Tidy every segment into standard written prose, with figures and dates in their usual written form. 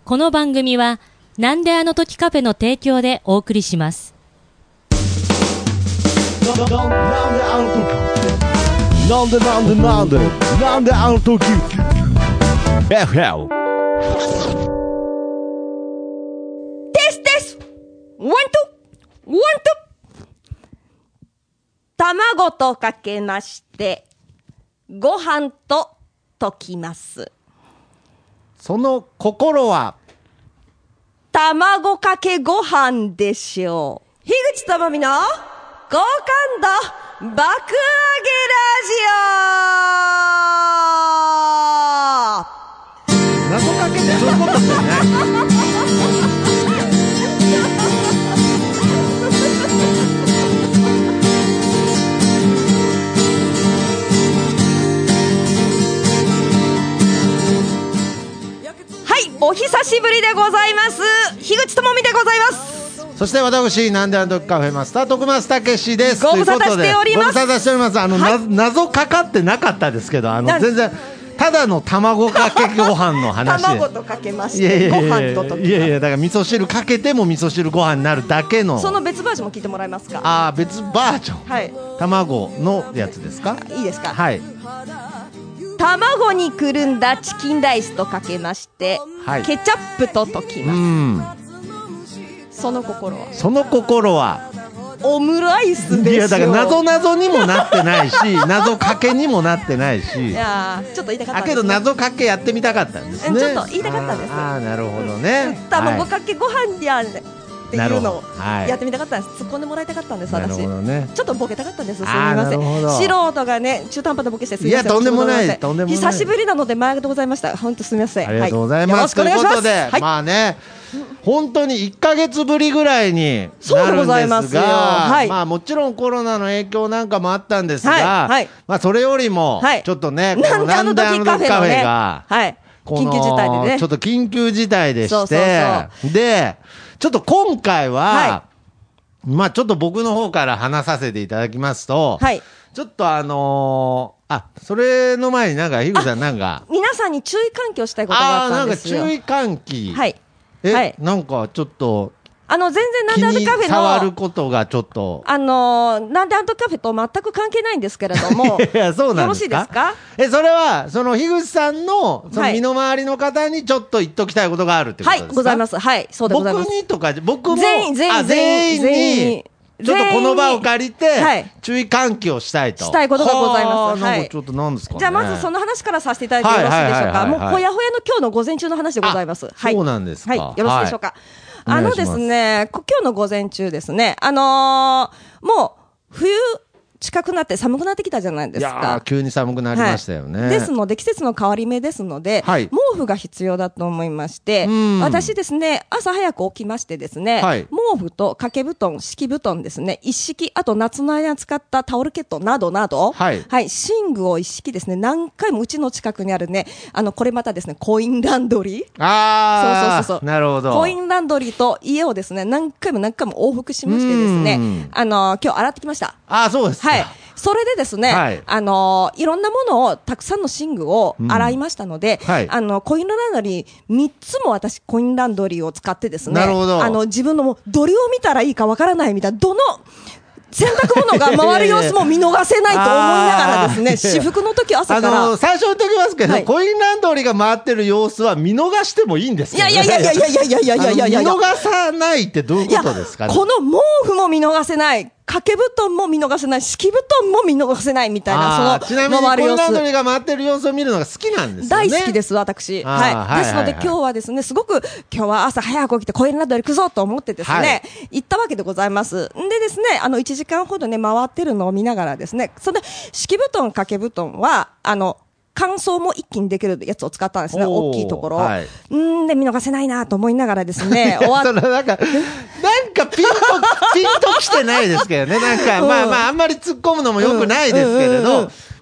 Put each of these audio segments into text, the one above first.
この番組はなんであの時カフェの提供でお送りします。 なんであの時 FL ですワント卵とかけましてご飯と溶きます。 その心は卵かけご飯でしょう。樋口智美の好感度爆上げラジオ。 謎かけってそういうことじゃないはい、お久しぶりでございます。樋口智美でございます。 そして私なんであの時カフェマスター徳松武史です。 ご無沙汰しております。 ご無沙汰しております。はい、謎かかってなかったですけど全然ただの卵かけご飯の話卵とかけましてご飯と溶きます。 いやだから味噌汁かけても味噌汁ご飯になるだけの、 その別バージョンも聞いてもらえますか。 ああ、別バージョン、 はい、 卵のやつですか。 いいですか。 はい。 卵にくるんだチキンライスとかけまして、はい、ケチャップと溶きます。その心はオムライスですよ。 いやだから謎にもなってないし謎かけにもなってないし、 いやちょっと言いたかったんです、ね、 けど謎かけやってみたかったんですね。 ちょっと言いたかったんです。 ああ、なるほどね。 卵かけご飯やっていうのをやってみたかったんです。突っ込んでもらいたかったんです。私、ね、ちょっとボケたかったんです。すみません。素人がね中途半端なボケしてすみません。 いやとんでもないとんでもない。 久しぶりなので前でございました。本当すみません。 ありがとうございます。はい、よろしくお願いします。ということで、はい、まあね本当に1ヶ月ぶりぐらいになるんですが、はい、まあもちろんコロナの影響なんかもあったんですが、はいはい、まあそれよりもちょっとね、 なんであの時カフェのね、 はい、 緊急事態でね、 ちょっと緊急事態でして、でちょっと今回は、はい、まあちょっと僕の方から話させていただきますと、はい、ちょっとそれの前になんか樋口さんなんか皆さんに注意喚起をしたいことがあったんですよ。 なんか注意喚起、 はい、 はい、なんかちょっと全然なんであのカフェの気に障ることがちょっとなんであのカフェと全く関係ないんですけれどもいやそうなんですか。よろしいですか。 それはその樋口さんのその身の回りの方にちょっと言っときたいことがあるってことですか。 はい、ございます。はい、そうでございます。 僕にとか僕も全員にちょっとこの場を借りて注意喚起をしたいことがございます。 はい、 ちょっと何ですかね。 じゃあまずその話からさせていただいてよろしいでしょうか。もうほやほやの今日の午前中の話でございます。 はい、そうなんですか。 はい、よろしいでしょうか。ですね、今日の午前中ですね、もう冬近くなって寒くなってきたじゃないですか。 いや急に寒くなりましたよね。 はい、ですので季節の変わり目ですので、はい、毛布が必要だと思いまして、私ですね朝早く起きましてですね、はい、毛布と掛け布団敷布団ですね一式、あと夏の間に使ったタオルケットなどなど、はいはい、寝具を一式ですね何回もうちの近くにあるねこれまたですねコインランドリー、そうなるほど、 コインランドリーと家をですね何回も往復しましてですね今日洗ってきました。 そうですか。 はい、それでですね、はい、いろんなものをたくさんの寝具を洗いましたので、はい、コインランドリー3つも私コインランドリーを使ってですね、 なるほど、 自分のもうどれを見たらいいかわからないみたいな、どの洗濯物が回る様子も見逃せないと思いながらですね私服の時朝から最初言っておきますけど、はい、コインランドリーが回ってる様子は見逃してもいいんですけどね。いや見逃さないってどういうことですかね。 この毛布も見逃せない、掛け布団も見逃せない、敷布団も見逃せないみたいな、 ちなみにコインランドリーが回ってる様子を見るのが好きなんですよね。 大好きです私。はい。ですので今日はですねすごく今日は朝早く起きてコインランドリー行くぞと思ってですね、はい、行ったわけでございます。でですね1時間ほどね回ってるのを見ながらですね、それで敷布団掛け布団は乾燥も一気にできるやつを使ったんですね、大きいところ、はい、で見逃せないなと思いながらですねなんかピンときてないですけどね。なんかまああんまり突っ込むのもよくないですけれど、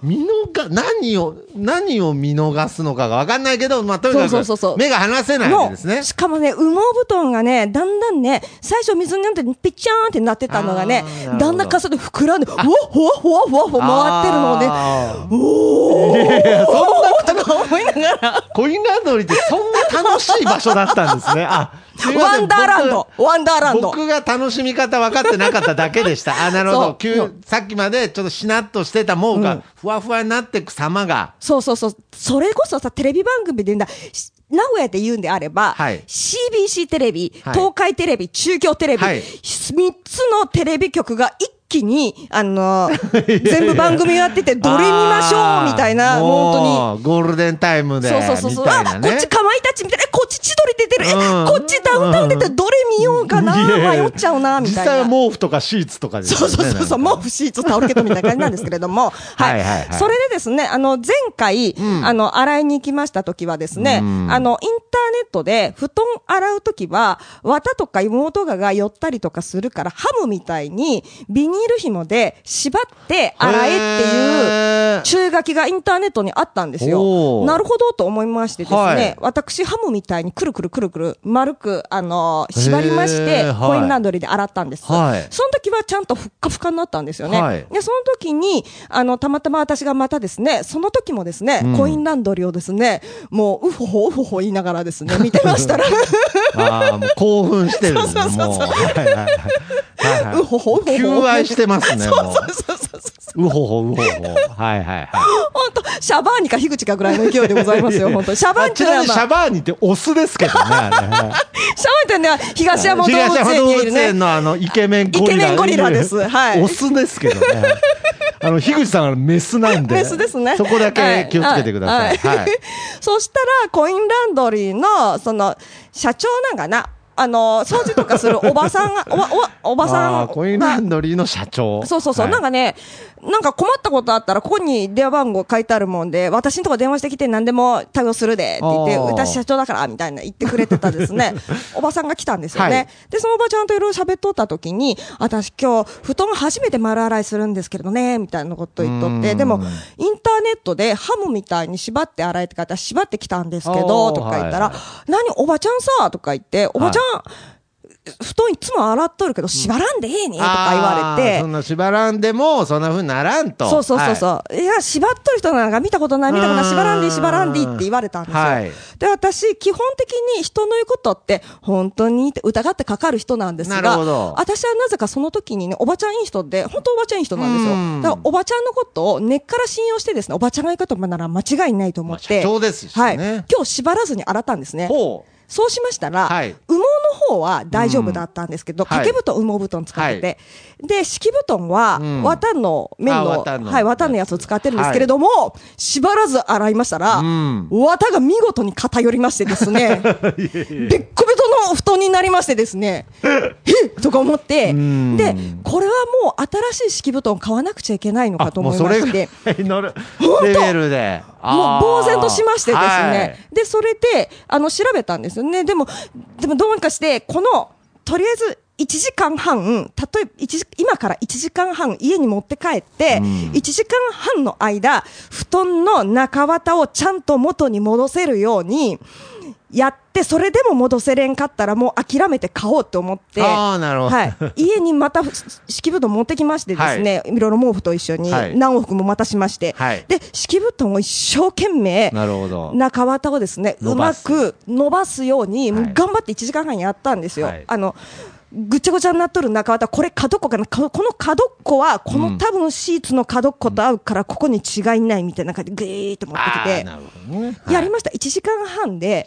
何を見逃すのかが分かんないけど、まあ、とにかく目が離せないわけですね。 しかもね、羽毛布団がね、だんだんね、最初水になってピッチャーンってなってたのがね、だんだんかさで膨らんで、ふわふわふわふわふわ回ってるので、おー、いやそんなとか思いながら。 コインランドリーってそんな楽しい場所だったんですね。 ワンダーランド。 僕が楽しみ方分かってなかっただけでした。なるほど。さっきまでちょっとしなっとしてた毛布がふわふわになっていく様が。 そう。それこそさ、テレビ番組で言うんだ。名古屋で言うんであれば、はい、CBC テレビ、東海テレビ、中京テレビ、3つのテレビ局が一気に、全部番組やってて、どれ見ましょうみたいな、本当に。 ゴールデンタイムで。 そう。こっちかまいたちみたいな、こっち千鳥出てる、こっちダウンタウン出てる、どれ見ようかな、迷っちゃうな、みたいな。 実際は毛布とかシーツとかですね。 そう、毛布、シーツ、タオルケットみたいな感じなんですけれども、はい。それでですね、前回、洗いに行きました時はですね、インターネットで布団洗う時は、綿とか妹が寄ったりとかするから、ハムみたいに、ビニール紐で縛って洗えっていう注意書きがインターネットにあったんですよ。なるほどと思いましてですね、私ハムみたいにくるくる丸く縛りましてコインランドリーで洗ったんです。その時はちゃんとふっかふかになったんですよね。でその時にたまたま私がまたですね、その時もですね、コインランドリーをですね、もううほほ言いながらですね見てましたらもう興奮してるんですね。もううほほ求愛してますね。うほほ。本当シャバーニか樋口かぐらいの勢いでございますよ。本当シャバーニちなみにシャバーニってオスですけどね。 シャバーニってね、東山動物園のイケメンゴリラです。はい。 オスですけどね。樋口さんはメスなんで。 メスですね。 そこだけ気をつけてください。 そしたらコインランドリーのその社長なんかな。掃除とかするおばさんが、おばさん。 コインランドリーの社長。 そう。なんかね、なんか困ったことあったら、ここに電話番号書いてあるもんで、私のとこ電話してきて何でも対応するで、って言って、私社長だから、みたいな言ってくれてたですね。おばさんが来たんですよね。で、そのおばちゃんといろいろ喋っとった時に、私今日、布団初めて丸洗いするんですけれどね、みたいなこと言っとって、でも、インターネットでハムみたいに縛って洗えって書いたら、縛ってきたんですけど、とか言ったら、何、おばちゃんさ、とか言って、おばちゃん、布団いつも洗っとるけど縛らんでええねとか言われて、 そんな縛らんでもそんな風にならんと。 そう、いや縛っとる人なんか見たことない縛らんでいいって言われたんですよ。で私基本的に人の言うことって本当にって疑ってかかる人なんですが、私はなぜかその時にね、おばちゃんいい人で本当おばちゃんいい人なんですよ。だからおばちゃんのことを根っから信用してですね、おばちゃんが言うことなら間違いないと思って、 社長ですしね。 今日縛らずに洗ったんですね。そうしましたら、羽毛の方は大丈夫だったんですけど、掛け布団、羽毛布団使ってて、で、敷布団は、綿の面の、綿のやつを使ってるんですけれども、縛らず洗いましたら、綿が見事に偏りましてですね、べっこべとの布団になりましてですね、とか思って、で、これはもう新しい敷布団を買わなくちゃいけないのかと思いまして、 レベルで。 もう呆然としましてですね。で、それで、調べたんですよね。でもどうにかして、とりあえず、1時間半、今から1時間半家に持って帰って、1時間半の間、布団の中綿をちゃんと元に戻せるように、やって、それでも戻せれんかったらもう諦めて買おうと思って、家にまた敷布団持ってきましてですね、いろいろ毛布と一緒に何往復もまたしまして、で、敷布団を一生懸命、中綿をですね、うまく伸ばすように、頑張って1時間半やったんですよ。ぐちゃぐちゃになっとる中綿、これ角っこかな、この角っこはこの多分シーツの角っこと合うからここに違いないみたいな感じでグイーッと持ってきて、やりました。1時間半で、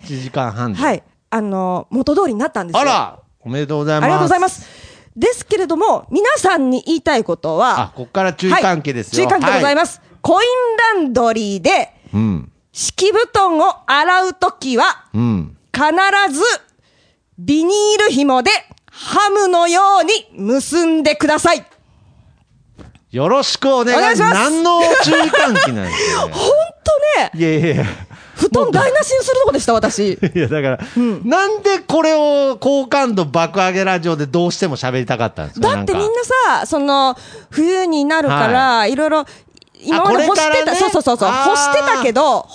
元通りになったんですよ。 あら、おめでとうございます。 ありがとうございます。ですけれども、皆さんに言いたいことは、 ここから注意喚起ですよ。 注意喚起でございます。コインランドリーで、敷布団を洗うときは、必ずビニール紐でハムのように結んでください。 よろしくお願いします。何の注意喚起なんですか、 本当ね。 いや。 布団台無しにするとこでした、私。 いや、だから、なんでこれを好感度爆上げラジオでどうしても喋りたかったんですか？ だってみんなさ、冬になるから、いろいろ、 今まで干してた、そう、干してたけど、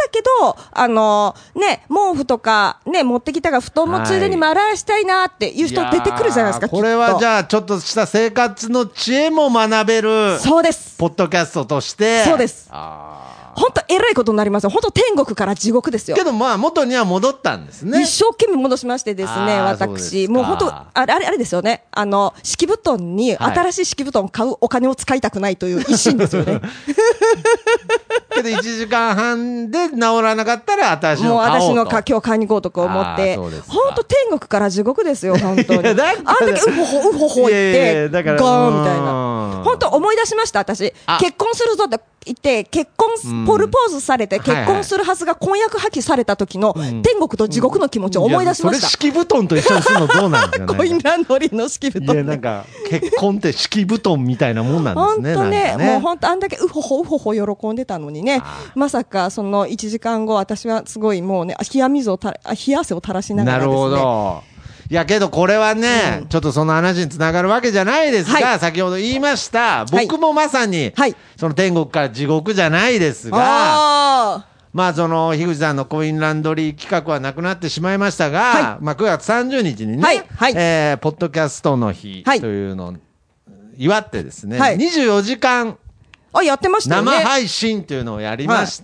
ね、毛布とかね、持ってきたが布団もついでに洗わしたいなっていう人出てくるじゃないですか、 これはじゃあ、ちょっとした生活の知恵も学べる。 そうです。 ポッドキャストとして。 そうです。本当えらいことになりますよ。本当天国から地獄ですよ。 けどまあ元には戻ったんですね。 一生懸命戻しましてですね、私もう本当あれですよね。敷布団に新しい敷布団を買うお金を使いたくないという一心ですよね。 けど1時間半で治らなかったら新しいの買おうと。 もう私の今日買いに行こうとか思って、本当天国から地獄ですよ本当に。あんだけうほほ言ってガーンみたいな。本当思い出しました。私結婚するぞって言って結婚ポルポーズされて結婚するはずが婚約破棄された時の天国と地獄の気持ちを思い出しました。 それ敷布団と一緒にするのどうなんですかね。 コインランドリーの敷布団。 いやなんか結婚って敷布団みたいなもんなんですね。 本当ね、もう本当あんだけうほほ喜んでたのにね、まさかその1時間後私はすごいもうね冷や汗を垂らしながらですね。 なるほど。いやけどこれはね、ちょっとその話につながるわけじゃないですが、先ほど言いました、僕もまさに、その天国から地獄じゃないですが、まあその樋口さんのコインランドリー企画はなくなってしまいましたが、まあ9月30日にね、ポッドキャストの日というのを祝ってですね、24時間やってましたよね。 生配信というのをやりまして、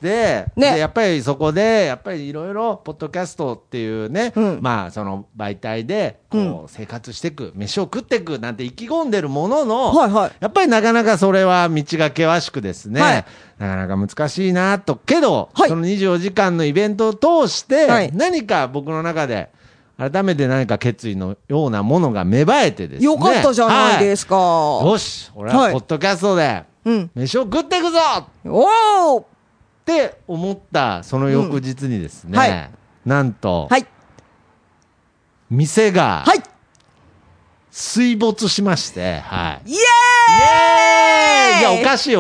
でやっぱりそこでやっぱりいろいろポッドキャストっていうね、まあその媒体でこう生活していく、飯を食っていくなんて意気込んでるものの、やっぱりなかなかそれは道が険しくですね、なかなか難しいなと。けど、その24時間のイベントを通して、何か僕の中で改めて何か決意のようなものが芽生えてですね。 よかったじゃないですか。 よし、俺はポッドキャストで飯を食っていくぞって思ったその翌日にですね、なんと、店が水没しまして、イエーイいや、おかしい。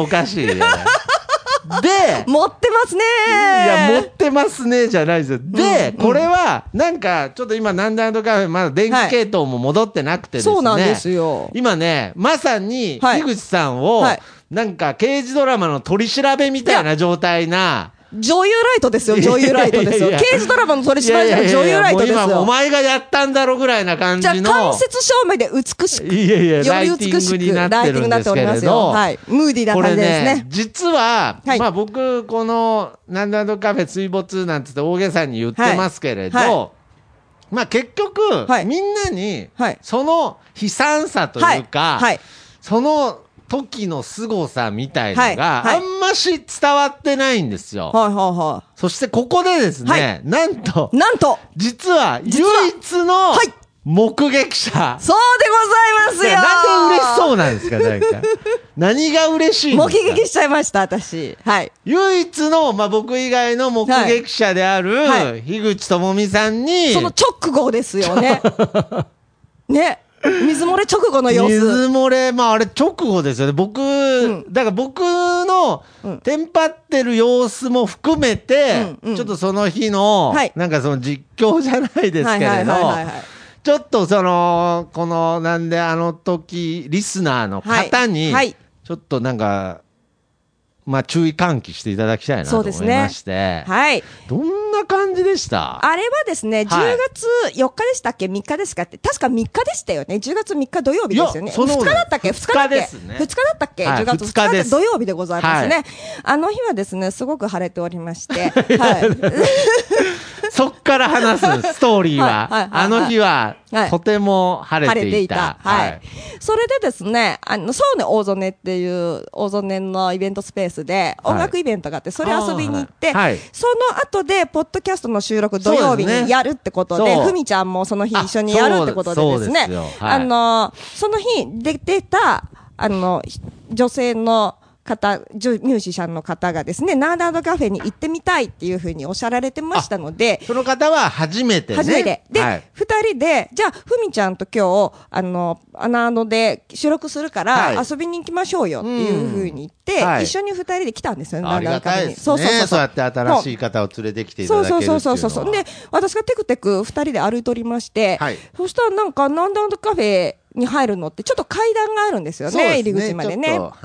で、 持ってますねいや、持ってますねじゃないですよ。で、これは、なんか、ちょっと今、なんだカフェ、まだ電気系統も戻ってなくてですね。 そうなんですよ。 今ね、まさに、樋口さんを、なんか、刑事ドラマの取り調べみたいな状態な、 女優ライトですよ、女優ライトですよ。刑事ドラマの取り締まりじゃ女優ライトですよ。 今、お前がやったんだろぐらいな感じの。 じゃあ、間接照明で美しく、 より美しく、 ライティングになっておりますよ。はい。ムーディーな感じですね。 実は、まあ僕、この、なんだカフェ水没なんつって大げさに言ってますけれど、まあ結局、みんなに、その悲惨さというか、その、時の凄さみたいのがあんまし伝わってないんですよ。そしてここでですね、なんと実は唯一の目撃者。 そうでございますよ。 なんで嬉しそうなんですか。なんか何が嬉しいんですか。 目撃しちゃいました私。 唯一のまあ僕以外の目撃者である樋口智美さんに、 その直後ですよね。ね。水漏れ直後の様子。 水漏れ、まああれ直後ですよね。だから僕のテンパってる様子も含めて、ちょっとその日の、なんかその実況じゃないですけれど、ちょっとその、このなんであの時、リスナーの方に、ちょっとなんか、まあ注意喚起していただきたいなと思いまして、どんな感じでした？ あれはですね、10月4日でしたっけ ?3 日ですかって、確か3日でしたよね。10月3日土曜日ですよね。2日だったっけ ?2 日だっけ ?2 日だったっけ ?10 月2日土曜日でございますね。あの日はですね、すごく晴れておりまして、 そっから話すストーリーは、あの日はとても晴れていた。 それでですね、そうね、大曽根っていう、大曽根のイベントスペースで音楽イベントがあって、それ遊びに行って、その後で、ポッドキャストの収録土曜日にやるってことで、ふみちゃんもその日一緒にやるってことでですね、その日出た、女性の方、ミュージシャンの方がですね、ナーダードカフェに行ってみたいっていうふうにおっしゃられてましたので、 その方は初めてね。 初めて。で、二人で、じゃあ、ふみちゃんと今日、アナードで収録するから、遊びに行きましょうよっていうふうに言って、一緒に二人で来たんですよね、 ナーダードカフェに。そうやって新しい方を連れてきていただけるっていうのは。 そう。で、私がテクテク二人で歩いておりまして、そしたらなんか、ナーダードカフェに入るのって、ちょっと階段があるんですよね、入り口までね。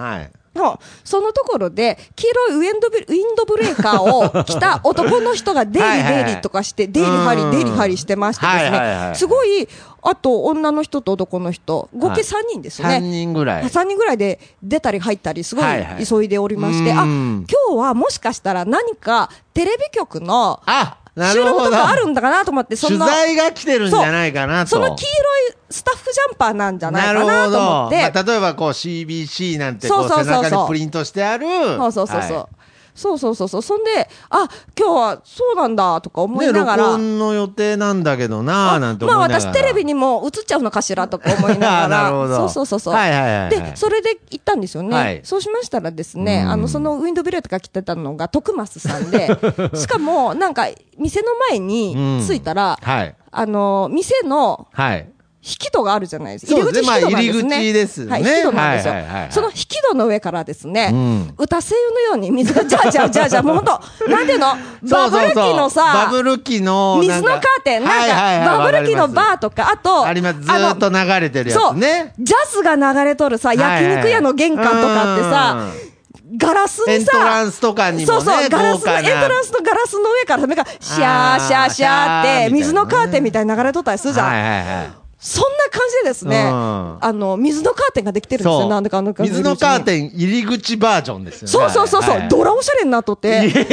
そのところで、黄色いウィンドブレーカーを着た男の人が出入りとかして、出入りしてましてですね、すごい、あと女の人と男の人、合計3人ですね。 3人ぐらい。 3人ぐらいで出たり入ったり、すごい急いでおりまして、今日はもしかしたら何かテレビ局の収録とかあるんだかなと思って、 取材が来てるんじゃないかなと。 その黄色いスタッフジャンパーなんじゃないかなと思って。 例えばこう CBC なんてこう背中にプリントしてある。 そんで、今日はそうなんだとか思いながら。 録音の予定なんだけどなぁなんて思いながら。 私テレビにも映っちゃうのかしらとか思いながら。 なるほど。 そう。で、それで行ったんですよね。そうしましたらですね、そのウィンドブレーカーが来てたのが徳増さんで、しかもなんか店の前に着いたら、店の、引き戸があるじゃないですか。 入り口ですね。 引き戸なんですよ。その引き戸の上からですね、歌声のように水が、じゃあ、もうほんと、なんていうのバブル期のさ、 バブル期の、 水のカーテン、なんか、バブル期のバーとか、あと、 あります。ずーっと流れてるやつね。 ジャズが流れとるさ、焼肉屋の玄関とかってさ、ガラスにさ、 エントランスとかにもね、 ガラスの、エントランスのガラスの上から、シャーって、水のカーテンみたいに流れとったりするじゃん。そんな感じでですね、水のカーテンができてるんですよ、なんでか水のカーテン入り口バージョンですよね。 そう、ドラおしゃれになっとって。違う。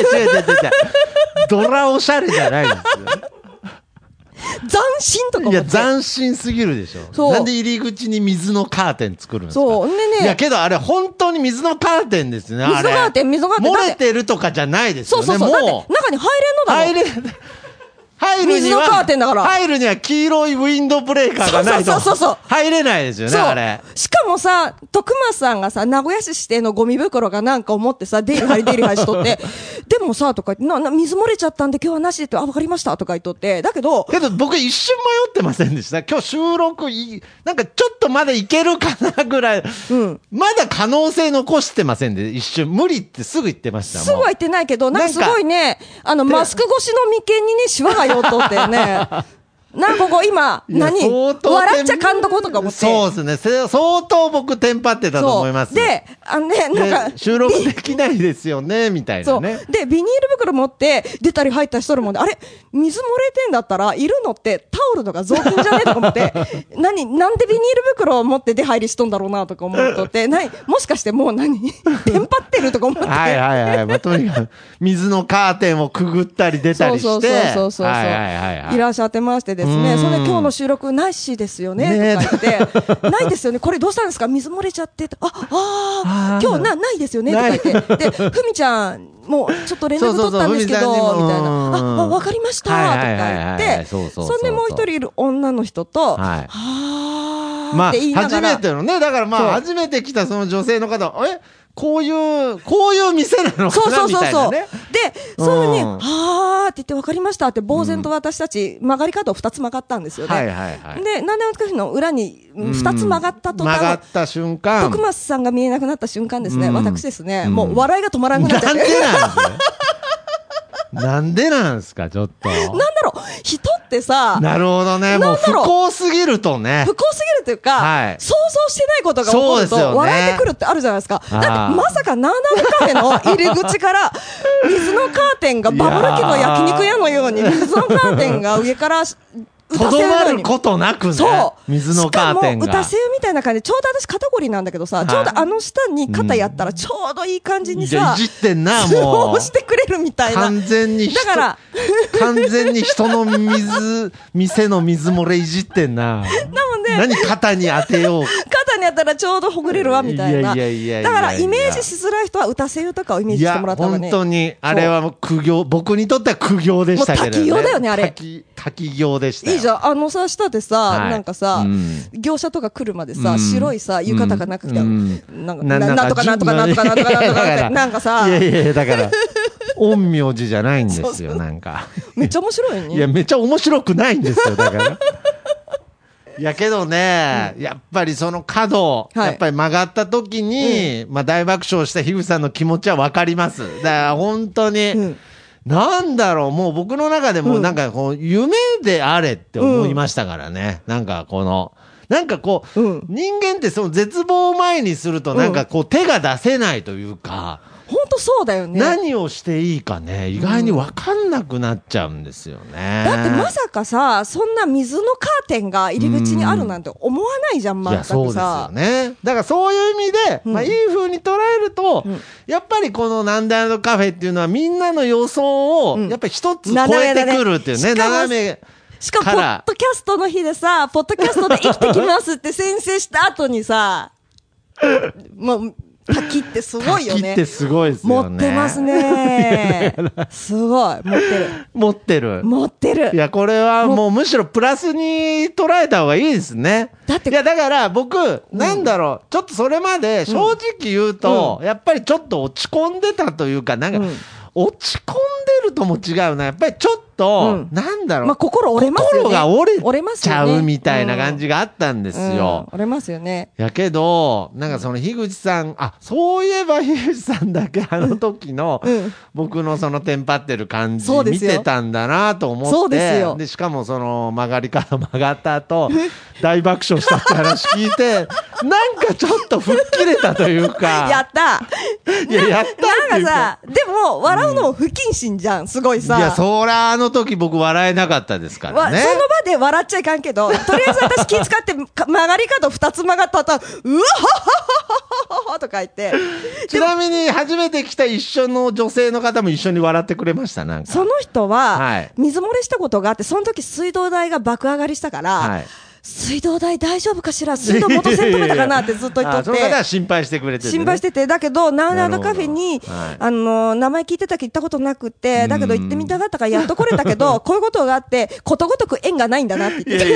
ドラおしゃれじゃないですよ。 斬新とか思って。 いや、斬新すぎるでしょ。なんで入り口に水のカーテン作るんですか。そう。でね。いや、けどあれ本当に水のカーテンですね。 水のカーテン。 漏れてるとかじゃないですよね。 そう。だって中に入れんのだもん。水のカーテンだから。 入るには黄色いウィンドブレーカーがないと入れないですよね、あれ。 しかもさ、徳増さんがさ、名古屋市指定のゴミ袋がなんか思ってさ、出入りしとって、でもさ、とか言って、水漏れちゃったんで今日はなしでって、わかりましたとか言っとって、だけど僕一瞬迷ってませんでした。今日収録なんかちょっとまだいけるかなぐらい、まだ可能性残してませんで、一瞬無理ってすぐ言ってました。 すぐは言ってないけど、なんかすごいね、マスク越しの眉間にね、シワがよっとってね。なんかこう今、笑っちゃかんとことか思って。 そうですね。相当僕テンパってたと思います。 で、なんか。 収録できないですよね、みたいなね。 で、ビニール袋持って出たり入った人もね、あれ水漏れてんだったら、いるのってタオルとか雑巾じゃねえとか思って、なんでビニール袋を持って出入りしとんだろうなとか思っとって、もしかしてもうテンパってるとか思って。 とにかく、水のカーテンをくぐったり出たりして。 そう。いらっしゃってましてですね、それで今日の収録ないしですよねとか言って、ないですよね、これどうしたんですか、水漏れちゃって今日ないですよねとか言って、で、ふみちゃん、もうちょっと連絡取ったんですけど、みたいな、わかりましたとか言って、そんでもう一人いる女の人と、って言いながら。 初めてのね、だから初めて来たその女性の方、こういう店なのかなみたいなね。 で、そういうふうに、って言って分かりましたって、呆然と私たち、曲がり角を2つ曲がったんですよね。で、なんでもカフェの裏に2つ曲がった途端、 曲がった瞬間、 徳増さんが見えなくなった瞬間ですね、私ですね、もう笑いが止まらなくなっちゃって。 なんでなんですか、ちょっと。 なんだろう、人ってさ、 なるほどね、もう不幸すぎるとね。 不幸すぎるというか、想像してないことが起こると、笑えてくるってあるじゃないですか。だって、まさかナーナーカフェの入り口から、水のカーテンがバブル期の焼肉屋のように、水のカーテンが上から、 とどまることなくね。水のカーテンが。 しかも歌声みたいな感じで、ちょうど私肩こりなんだけどさ、ちょうどあの下に肩やったらちょうどいい感じにさ、 いじってんな、 もう。してくれるみたいな。 完全に人の店の水漏れいじってんな。なので、 何肩に当てよう。 肩に当たらちょうどほぐれるわ、みたいな。だからイメージしづらい人は歌声とかをイメージしてもらった方がね。 本当に、あれはもう苦行、僕にとっては苦行でしたけどね。 滝行だよね、あれ。 滝行でしたよ。 いいじゃん、下でさ、なんかさ、業者とか来るまでさ、白いさ、浴衣かなんか着て、なんとかなんかさ。 いや、だから、陰陽師じゃないんですよ、なんか。 めっちゃ面白いね。 いや、めっちゃ面白くないんですよ、だから。いやけどね、やっぱりその角、やっぱり曲がった時に、大爆笑した樋口さんの気持ちはわかります。だから本当に、なんだろう、もう僕の中でもなんかこう、夢であれって思いましたからね。なんかこの、 なんかこう、人間ってその絶望を前にするとなんかこう手が出せないというか、 本当そうだよね。 何をしていいかね、意外に分かんなくなっちゃうんですよね。 だってまさかさ、そんな水のカーテンが入り口にあるなんて思わないじゃん、全くさ。いや、 そうですよね。だからそういう意味で、まあいい風に捉えると、やっぱりこのなんであのカフェっていうのはみんなの予想を、やっぱり一つ超えてくるっていうね、斜め。 しかも、ポッドキャストの日でさ、ポッドキャストで生きてきますって宣誓した後にさ、もう、滝ってすごいよね。 滝ってすごいですよね。 持ってますね。すごい。持ってる。 いや、これはもうむしろプラスに捉えた方がいいですね。いや、だから僕、なんだろう、ちょっとそれまで正直言うと、やっぱりちょっと落ち込んでたというか、なんか、落ち込んでるとも違うな。やっぱりちょっと、なんだろう。 まあ、心折れますよね。 心が折れちゃうみたいな感じがあったんですよ。 折れますよね。 やけど、なんかその樋口さん、そういえば樋口さんだけあの時の、僕のそのテンパってる感じ見てたんだなと思って。そうですよ。で、しかもその曲がり角曲がった後、大爆笑したって話聞いて、なんかちょっと吹っ切れたというか。 やったいや、やったっていうか。 なんかさ、でも、笑うのも不謹慎じゃん、すごいさ。 いや、そりゃあの時僕笑えなかったですからね。 その場で笑っちゃいかんけど、とりあえず私気遣って曲がり角2つ曲がった後、うわははははとか言って。 ちなみに初めて来た一緒の女性の方も一緒に笑ってくれました、なんか。 その人は、水漏れしたことがあって、その時水道代が爆上がりしたから、水道代大丈夫かしら、水道元栓止めたかなってずっと言っとって。 その方は心配してくれてて、ね。 心配してて、だけど、ナウナウのカフェに、名前聞いてたけど行ったことなくて、だけど行ってみたかったからやっと来れたけど、こういうことがあって、ことごとく縁がないんだなって言って。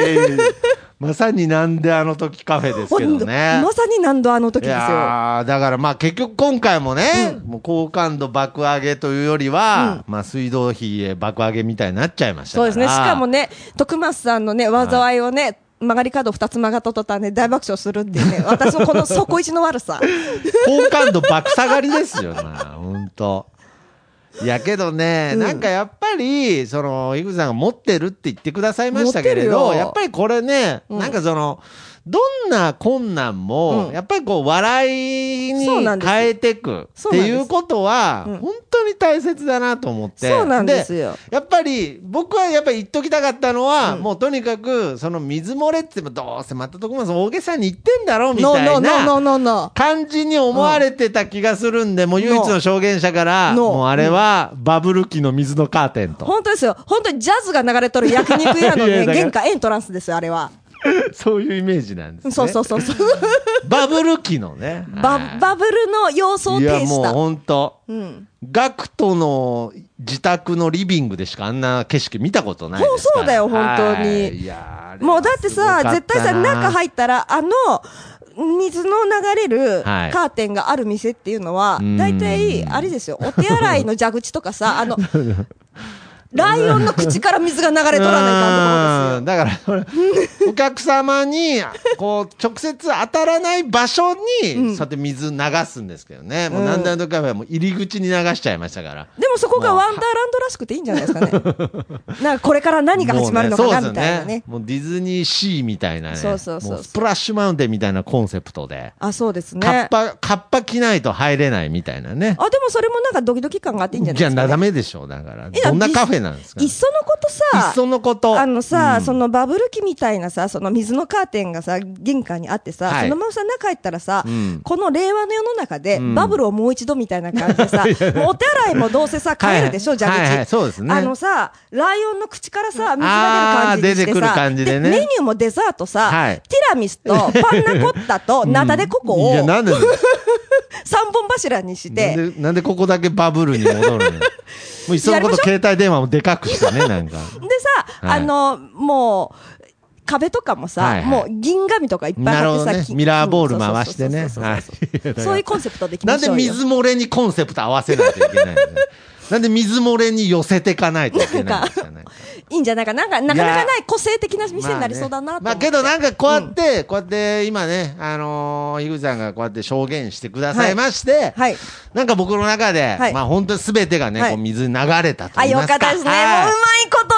まさになんであの時カフェですけどね。 まさになんであの時ですよ。 だからまあ結局今回もね、もう好感度爆上げというよりは、まあ水道費爆上げみたいになっちゃいましたから。 そうですね。しかもね、徳松さんのね、災いをね、曲がり角2つ曲がった途端ね、大爆笑するっていうね、私のこの底一の悪さ。 好感度爆下がりですよな、ほんと。いやけどね、なんかやっぱり、その、井口さんが持ってるって言ってくださいましたけれど、やっぱりこれね、なんかその、どんな困難も、やっぱりこう、笑いに変えていくっていうことは、本当に大切だなと思って。 そうなんですよ。 やっぱり、僕はやっぱり言っときたかったのは、もうとにかく、その水漏れってどうせまた徳松大げさに言ってんだろうみたいな感じに思われてた気がするんで、もう唯一の証言者から、もうあれはバブル期の水のカーテンと。 本当ですよ。本当にジャズが流れとる焼肉屋のね、玄関エントランスですよ、あれは。 そういうイメージなんですね。 そう。 バブル期のね。 バブルの様相を呈した。 いやもう本当。ガクトの自宅のリビングでしかあんな景色見たことないですから。 そうだよ、本当に。いやもうだってさ、絶対さ、中入ったら、水の流れるカーテンがある店っていうのは、大体、あれですよ、お手洗いの蛇口とかさ、ライオンの口から水が流れとらないかんところですよ。だから、お客様に、こう、直接当たらない場所に、そうやって水流すんですけどね。もうなんだかんだカフェはもう入り口に流しちゃいましたから。 でもそこがワンダーランドらしくていいんじゃないですかね。なんかこれから何が始まるのかなみたいなね。 もうディズニーシーみたいなね。 そう。 スプラッシュマウンテンみたいなコンセプトで。 そうですね。 カッパ着ないと入れないみたいなね。 でもそれもなんかドキドキ感があっていいんじゃないですか、 じゃあダメでしょう。だから。どんなカフェなんですか。 いっそのことさ、 いっそのこと。 そのバブル期みたいなさ、その水のカーテンがさ、玄関にあってさ、そのままさ、中入ったらさ、この令和の世の中で、バブルをもう一度みたいな感じでさ、もうお手洗いもどうせさ、帰るでしょ、蛇口。 そうですね。 ライオンの口からさ、水が出る感じにしてさ、 出てくる感じでね。 メニューもデザートさ、ティラミスとパンナコッタとナタデココを、 なんで3 本柱にして。 なんでここだけバブルに戻るのもういっそのこと携帯電話もでかくしてね、なんか。 でさ、もう、壁とかもさ、もう銀紙とかいっぱい貼ってさ、 ミラーボール回してね。 そういうコンセプトでいきましょうよ。 なんで水漏れにコンセプト合わせないといけないのね。なんで水漏れに寄せていかないといけないんですかね。 いいんじゃないかな。なかなかない個性的な店になりそうだなと思って。 けどなんかこうやって今ね、樋口さんがこうやって証言してくださいまして、なんか僕の中で、まあ本当に全てがね、水に流れたと言いますか。 よかったですね。もううまいこと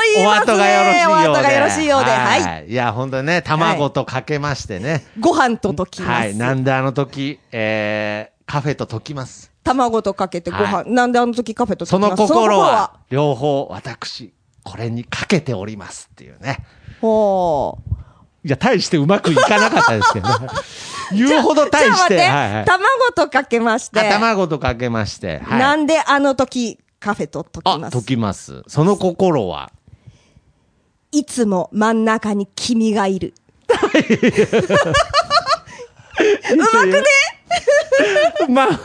いますね。 お後がよろしいようで。 お後がよろしいようで。はい。 いや、本当にね、卵とかけましてね。 ご飯と溶きます。 はい。なんであの時、カフェと溶きます。 卵とかけてご飯。なんであの時カフェと溶きます。 その心は、両方私、これにかけておりますっていうね。 ほう。 いや、大してうまくいかなかったですけどね。言うほど大して。 卵とかけまして。 卵とかけまして。 なんであの時、カフェと溶きます。 溶きます。その心は、 いつも真ん中に君がいる。うまくねまあ。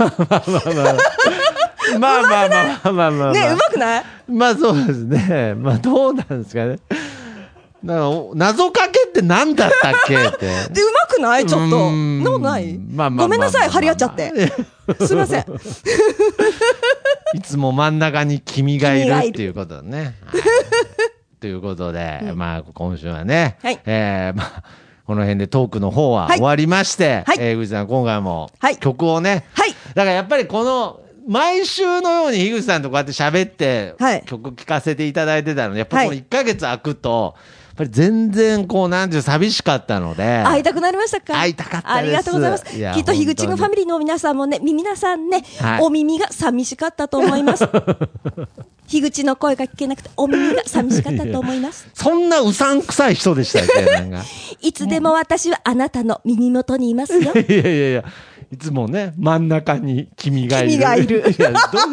ね、 うまくない？ まあそうですね。まあどうなんですかね。謎かけって何だったっけって。で、 うまくない？ちょっと。のない？ごめんなさい、張り合っちゃって。すいません。 いつも真ん中に君がいるっていうことね。ということで、まあ今週はね、まあこの辺でトークの方は終わりまして、樋口さん今回も曲をね、だからやっぱりこの毎週のように樋口さんとこうやって喋って曲聴かせていただいてたので、やっぱこの1ヶ月空くと、やっぱり全然こうなんていう寂しかったので。 会いたくなりましたか？ 会いたかったです。 ありがとうございます。きっと樋口のファミリーの皆さんもね、皆さんね、お耳が寂しかったと思います。樋口の声が聞けなくてお耳が寂しかったと思います。 そんなうさんくさい人でしたよね、なんか。 いつでも私はあなたの耳元にいますよ。 いや。いつもね、真ん中に君がいる。 君がいる。 いや、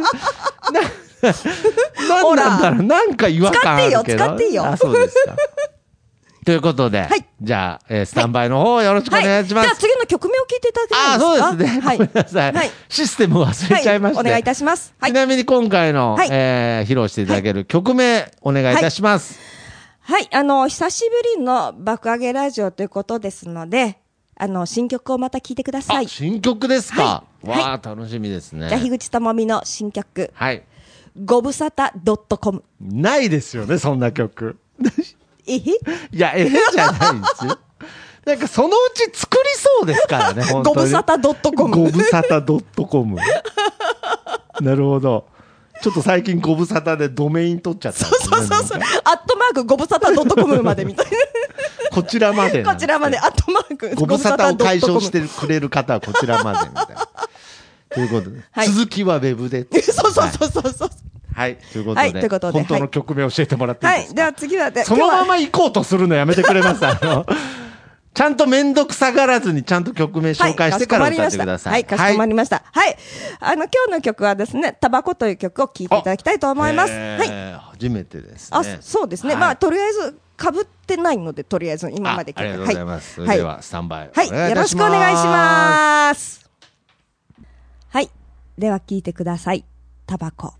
なんなんだろう、なんか違和感あるけど。 使っていいよ。 あ、そうですか。ということで、じゃあ、スタンバイの方よろしくお願いします。 じゃあ次の曲名を聞いていただけますか？ そうですね。ごめんなさい。システム忘れちゃいました。 お願いいたします。 ちなみに今回の披露していただける曲名、お願いいたします。 はい、久しぶりの爆上げラジオということですので、新曲をまた聴いてください。 新曲ですか？わあ、楽しみですね。 じゃあ、樋口智美の新曲。 はい。 ごぶさた .com。 ないですよね、そんな曲。 いや、じゃないんですよ。なんかそのうち作りそうですからね、本当に。 ごぶさた .com。 ごぶさた .com。なるほど。ちょっと最近ごぶさたでドメイン取っちゃったんですね。 そう。@ごぶさた .com までみたいな。 こちらまで。 こちらまで、 ご無沙汰を解消してくれる方はこちらまでみたいな。ということで、続きはウェブで。 そう。 はい、ということで、本当の曲名教えてもらっていいですか？ はい、では次は、 そのまま行こうとするのやめてくれます？ちゃんとめんどくさがらずにちゃんと曲名紹介してから歌ってください。 はい、かしこまりました。はい。今日の曲はですね、タバコという曲を聴いていただきたいと思います。はい。 初めてですね。 そうですね。まあ、とりあえず、被ってないので、とりあえず今までありがとうございます。それでは、スタンバイ。 はい。よろしくお願いします。はい。では、聴いてください。タバコ。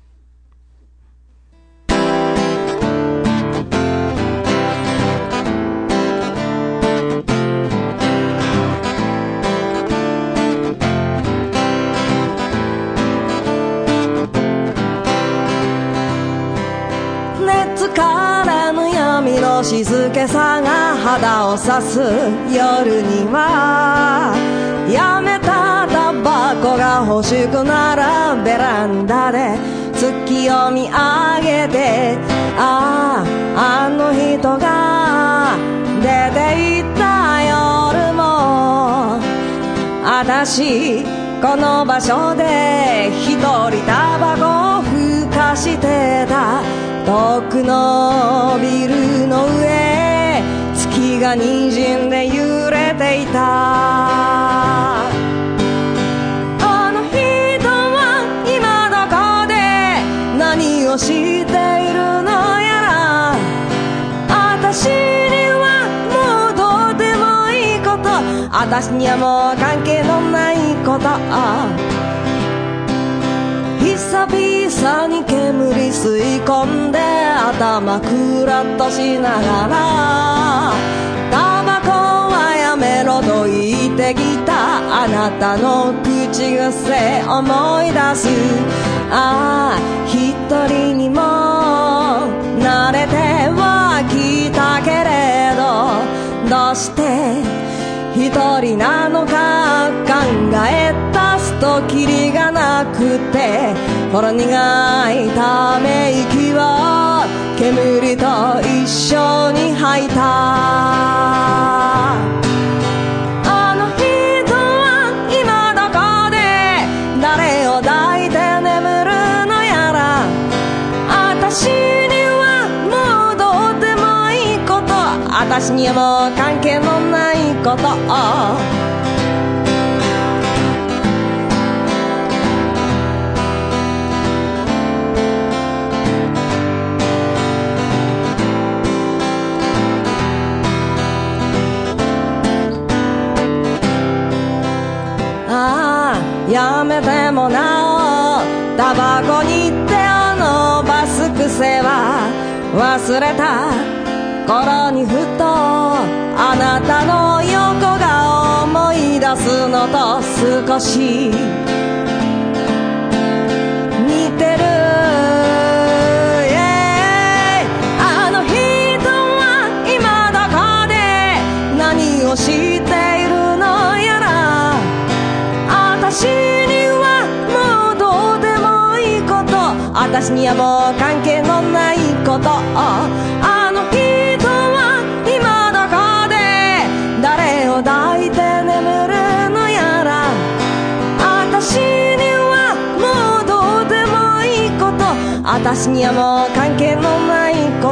静けさが肌を刺す夜にはやめたタバコが欲しくならベランダで月を見上げてあの人が出て行った夜も私この場所で一人タバコをふかしてた遠くのビルの上月が滲んで揺れていたあの人は今どこで何をしているのやら私にはもうどうでもいいこと私にはもう関係のないこと久々に煙吸い込んで頭クラッとしながらタバコはやめろと言ってきたあなたの口癖思い出す一人にも慣れてはきたけれどどうして一人なのか考え出すとキリがなくてほろ苦いため息を煙と一緒に吐いた。あの人は今どこで誰を抱いて眠るのやら。私にはもうどうでもいいこと、私にはもう関係のないこと。やめてもなおタバコに手を伸ばす癖は忘れた頃にふとあなたの横顔思い出すのと少し似てる。あの人は今どこで何をしているのやら。私にはもうどうでもいいこと、私にはもう関係のないこと。あの人は今どこで誰を抱いて眠るのやら。私にはもうどうでもいいこと、私にはもう関係のないこと。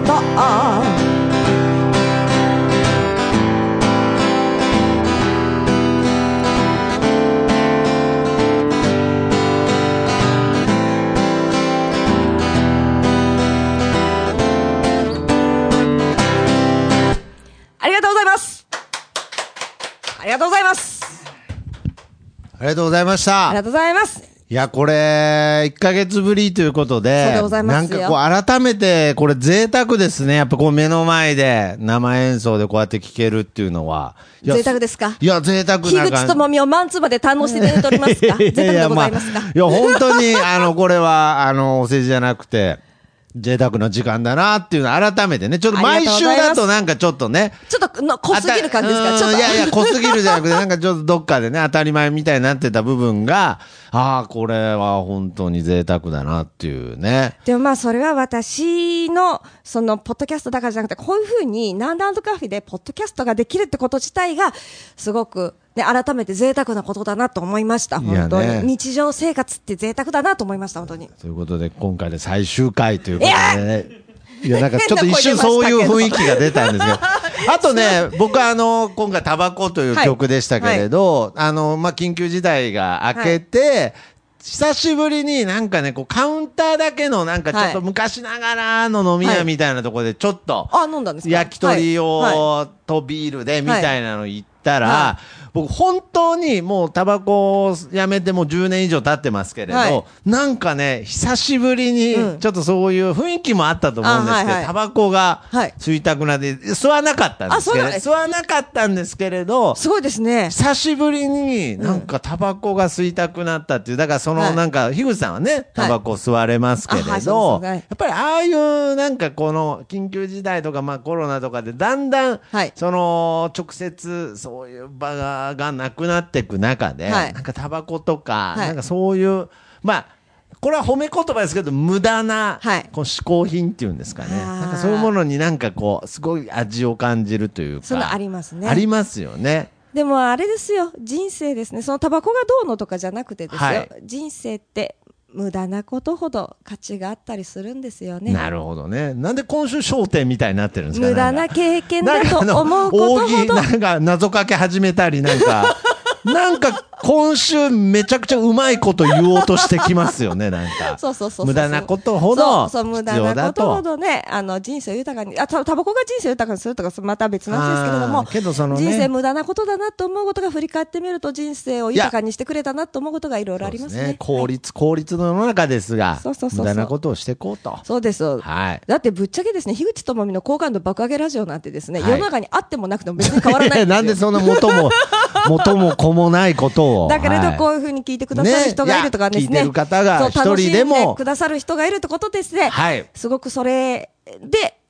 ありがとうございます。ありがとうございます。 ありがとうございました。 ありがとうございます。 いや、これ、1ヶ月ぶりということで、 そうでございますよ。 なんかこう、改めて、これ贅沢ですね。やっぱこう、目の前で、生演奏でこうやって聴けるっていうのは。 贅沢ですか？ いや、贅沢な樋口智美をマンツーまで堪能していただいておりますか？贅沢でございますか？ いや、本当に、これは、お世辞じゃなくて、贅沢な時間だなっていうのを改めてね、ちょっと毎週だとなんかちょっとね。 ちょっと濃すぎる感じですか？ちょっと。 いやいや、濃すぎるじゃなくて、なんかちょっとどっかでね、当たり前みたいになってた部分が、ああ、これは本当に贅沢だなっていうね。 でもまあそれは私の、その、ポッドキャストだからじゃなくて、こういうふうに、ナンダー&カフェでポッドキャストができるってこと自体が、すごく、で、改めて贅沢なことだなと思いました。本当に。日常生活って贅沢だなと思いました、本当に。 ということで、今回で最終回ということでね。いや、なんかちょっと一瞬そういう雰囲気が出たんですけど。あとね、僕は今回タバコという曲でしたけれど、まあ、緊急事態が明けて、久しぶりになんかね、こうカウンターだけのなんかちょっと昔ながらの飲み屋みたいなところでちょっと、 飲んだんですか？ 焼き鳥をとビールでみたいなの行ったら、僕本当にもうタバコをやめてもう10年以上経ってますけれど、なんかね、久しぶりにちょっとそういう雰囲気もあったと思うんですけど、タバコが吸いたくなって、吸わなかったんですけど、吸わなかったんですけれど、 すごいですね。 久しぶりになんかタバコが吸いたくなったっていう、だからそのなんか、樋口さんはね、タバコ吸われますけれど、やっぱりああいうなんかこの緊急事態とかまあコロナとかでだんだん、その直接そういう場がなくなっていく中で、なんかタバコとか、なんかそういう、まあ、これは褒め言葉ですけど、無駄な、こう嗜好品っていうんですかね。なんかそういうものになんかこう、すごい味を感じるというか。 そのありますね。 ありますよね。 でもあれですよ、人生ですね。そのタバコがどうのとかじゃなくてですよ、人生って無駄なことほど価値があったりするんですよね。 なるほどね。なんで今週焦点みたいになってるんですか？ 無駄な経験だと思うことほど。 なんか謎かけ始めたりなんか。なんか今週めちゃくちゃうまいこと言おうとしてきますよね、なんか。 そう。 無駄なことほど必要だと。 無駄なことほどね、人生を豊かに、タバコが人生を豊かにするとかまた別の話ですけれども、 けどそのね、 人生無駄なことだなと思うことが振り返ってみると人生を豊かにしてくれたなと思うことがいろいろありますね。 効率の世の中ですが、無駄なことをしていこうと。 そうです。だってぶっちゃけですね、樋口智美の好感度爆上げラジオなんてですね、世の中にあってもなくても別に変わらないんですよ。 なんでそんな元も子もないことを。 だけれどこういうふうに聞いてくださる人がいるとかですね。 聞いてる方が一人でも。 楽しんでくださる人がいるってことですね。すごくそれで、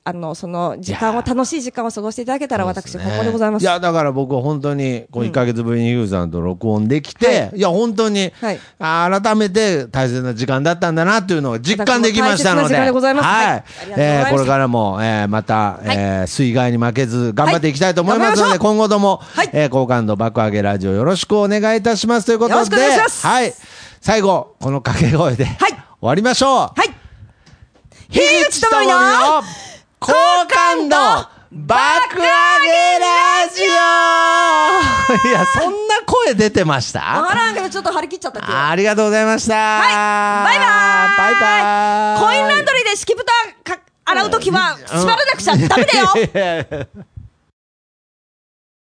その時間を、楽しい時間を過ごしていただけたら、私、ここでございます。 いや、だから僕は本当に、1ヶ月ぶりにユウさんと録音できて、いや、本当に、改めて大切な時間だったんだなっていうのを実感できましたので、はい。これからも、また、水害に負けず頑張っていきたいと思いますので、今後とも、好感度爆上げラジオよろしくお願いいたしますということで、よろしくお願いします。はい。最後、この掛け声で、終わりましょう。はい。 樋口智美の好感度爆上げラジオいや、そんな声出てました？ わからんけど、ちょっと張り切っちゃったけど。 ありがとうございました。 はい。バイバーイ。 バイバーイ。 コインランドリーで敷布団洗うときは、縛らなくちゃダメだよ